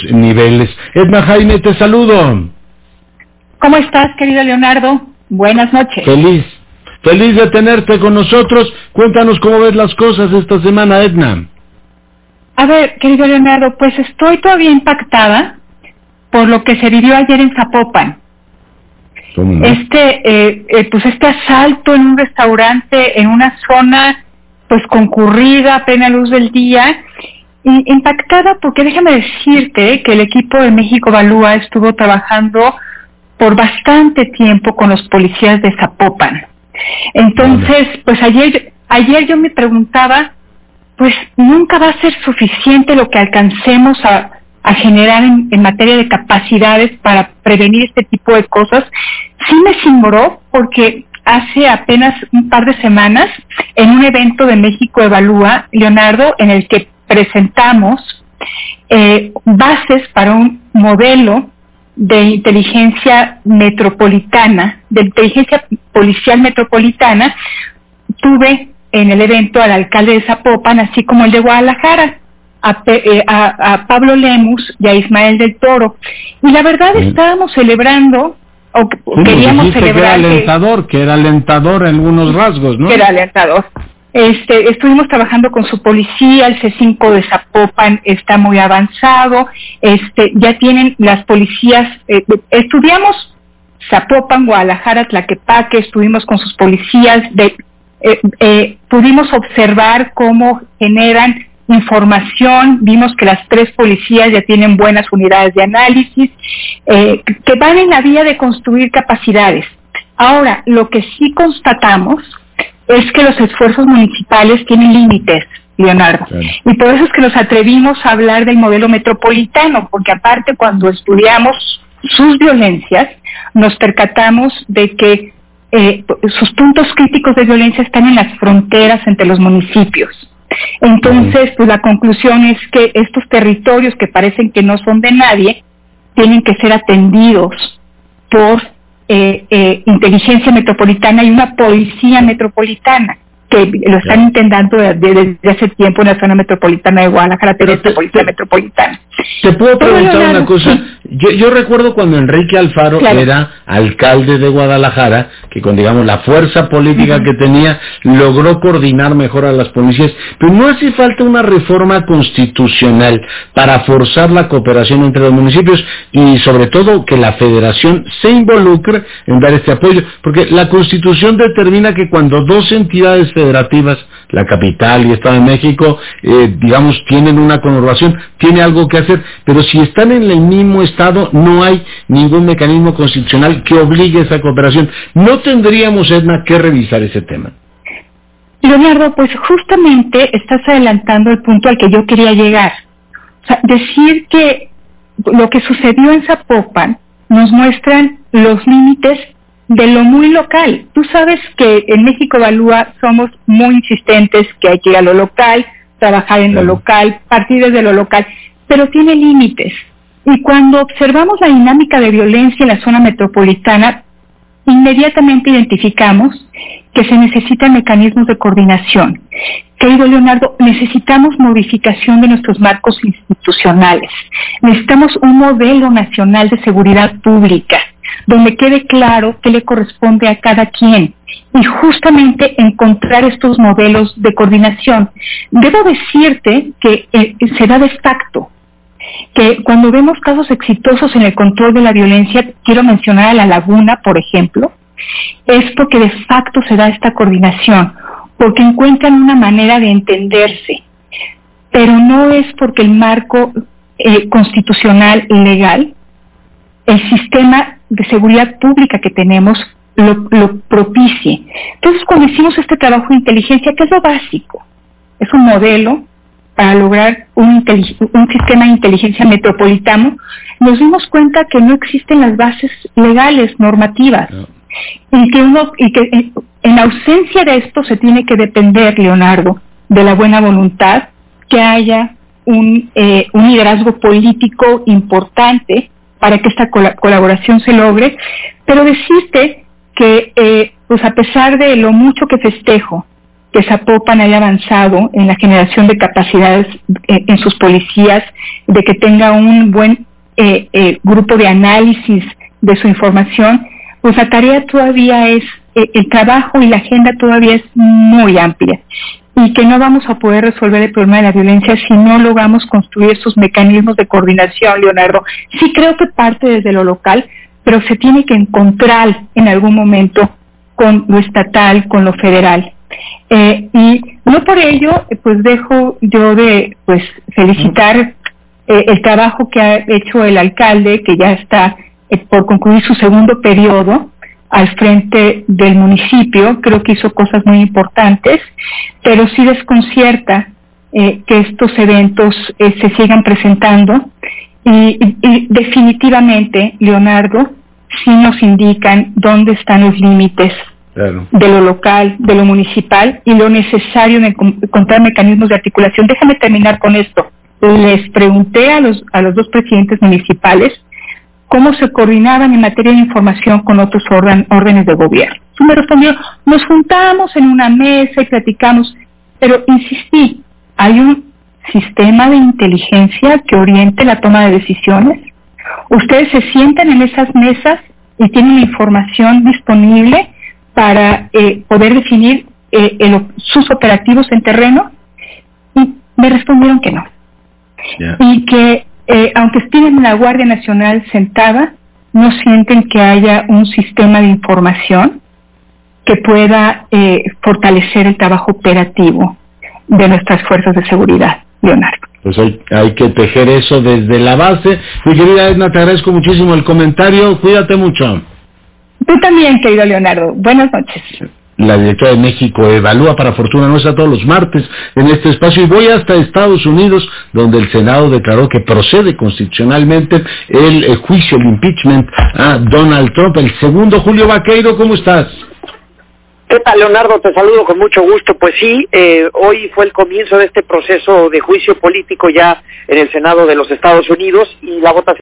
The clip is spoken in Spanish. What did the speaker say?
niveles. Edna Jaime, te saludo. ¿Cómo estás, querido Leonardo? Buenas noches. Feliz de tenerte con nosotros. Cuéntanos cómo ves las cosas esta semana, Edna. A ver, querido Leonardo, pues estoy todavía impactada por lo que se vivió ayer en Zapopan. ¿Cómo no? Este asalto en un restaurante en una zona pues concurrida a plena luz del día, y impactada porque déjame decirte que el equipo de México Evalúa estuvo trabajando por bastante tiempo con los policías de Zapopan. Entonces, pues ayer yo me preguntaba, pues nunca va a ser suficiente lo que alcancemos a generar en materia de capacidades para prevenir este tipo de cosas. Sí me cimbró porque hace apenas un par de semanas, en un evento de México Evalúa, Leonardo, en el que presentamos bases para un modelo de inteligencia metropolitana, de inteligencia policial metropolitana, tuve en el evento al alcalde de Zapopan, así como el de Guadalajara, a Pablo Lemus y a Ismael del Toro. Y la verdad estábamos celebrando, o queríamos celebrar que era alentador en algunos rasgos, ¿no? Que era alentador. Estuvimos trabajando con su policía, el C5 de Zapopan está muy avanzado, ya tienen las policías, estudiamos Zapopan, Guadalajara, Tlaquepaque, estuvimos con sus policías, pudimos observar cómo generan información, vimos que las 3 policías ya tienen buenas unidades de análisis, que van en la vía de construir capacidades. Ahora, lo que sí constatamos es que los esfuerzos municipales tienen límites, Leonardo. Claro. Y por eso es que nos atrevimos a hablar del modelo metropolitano, porque aparte cuando estudiamos sus violencias, nos percatamos de que sus puntos críticos de violencia están en las fronteras entre los municipios. Entonces, pues la conclusión es que estos territorios que parecen que no son de nadie, tienen que ser atendidos por inteligencia metropolitana y una policía metropolitana, que lo están intentando desde hace tiempo en la zona metropolitana de Guadalajara, policía metropolitana. Te puedo preguntar una cosa. Yo recuerdo cuando Enrique Alfaro era alcalde de Guadalajara, que con, digamos, la fuerza política que tenía, logró coordinar mejor a las policías, pero no hace falta una reforma constitucional para forzar la cooperación entre los municipios y sobre todo que la federación se involucre en dar este apoyo, porque la Constitución determina que cuando 2 entidades federativas, la capital y Estado de México, digamos, tienen una conurbación, tiene algo que hacer, pero si están en el mismo Estado, no hay ningún mecanismo constitucional que obligue esa cooperación. ¿No tendríamos, Edna, que revisar ese tema? Leonardo, pues justamente estás adelantando el punto al que yo quería llegar. O sea, decir que lo que sucedió en Zapopan nos muestran los límites de lo muy local. Tú sabes que en México Evalúa somos muy insistentes que hay que ir a lo local, trabajar en lo local, partir desde lo local, pero tiene límites. Y cuando observamos la dinámica de violencia en la zona metropolitana, inmediatamente identificamos que se necesitan mecanismos de coordinación. Querido Leonardo, necesitamos modificación de nuestros marcos institucionales. Necesitamos un modelo nacional de seguridad pública, donde quede claro qué le corresponde a cada quien, y justamente encontrar estos modelos de coordinación. Debo decirte que se da de facto, que cuando vemos casos exitosos en el control de la violencia, quiero mencionar a La Laguna, por ejemplo, es porque de facto se da esta coordinación, porque encuentran una manera de entenderse, pero no es porque el marco constitucional y legal, el sistema de seguridad pública que tenemos lo propicie. Entonces, cuando hicimos este trabajo de inteligencia, ¿qué es lo básico? Es un modelo para lograr un sistema de inteligencia metropolitano. Nos dimos cuenta que no existen las bases legales, normativas, y que en ausencia de esto se tiene que depender, Leonardo, de la buena voluntad, que haya un liderazgo político importante para que esta colaboración se logre. Pero decirte que pues a pesar de lo mucho que festejo que Zapopan haya avanzado en la generación de capacidades en sus policías, de que tenga un buen grupo de análisis de su información, pues la tarea todavía es, el trabajo y la agenda todavía es muy amplia, y que no vamos a poder resolver el problema de la violencia si no logramos construir sus mecanismos de coordinación, Leonardo. Sí creo que parte desde lo local, pero se tiene que encontrar en algún momento con lo estatal, con lo federal. Y no por ello, pues dejo yo de felicitar el trabajo que ha hecho el alcalde, que ya está por concluir su segundo periodo al frente del municipio. Creo que hizo cosas muy importantes, pero sí desconcierta que estos eventos se sigan presentando y definitivamente, Leonardo, sí nos indican dónde están los límites. Claro. De lo local, de lo municipal y lo necesario en encontrar mecanismos de articulación. Déjame terminar con esto. Les pregunté a los dos presidentes municipales cómo se coordinaban en materia de información con otros órdenes de gobierno. Tú me respondió, nos juntamos en una mesa y platicamos, pero insistí, ¿hay un sistema de inteligencia que oriente la toma de decisiones? ¿Ustedes se sientan en esas mesas y tienen la información disponible para poder definir sus operativos en terreno? Y me respondieron que no. Yeah. Y que aunque estén en la Guardia Nacional sentada, no sienten que haya un sistema de información que pueda fortalecer el trabajo operativo de nuestras fuerzas de seguridad, Leonardo. Pues hay que tejer eso desde la base. Mi querida Edna, te agradezco muchísimo el comentario. Cuídate mucho. Tú también, querido Leonardo. Buenas noches. La directora de México Evalúa, para fortuna nuestra, todos los martes en este espacio, y voy hasta Estados Unidos, donde el Senado declaró que procede constitucionalmente el juicio, el impeachment a Donald Trump. El segundo. Julio Vaqueiro, ¿cómo estás? ¿Qué tal, Leonardo? Te saludo con mucho gusto. Pues sí, hoy fue el comienzo de este proceso de juicio político ya en el Senado de los Estados Unidos, y la votación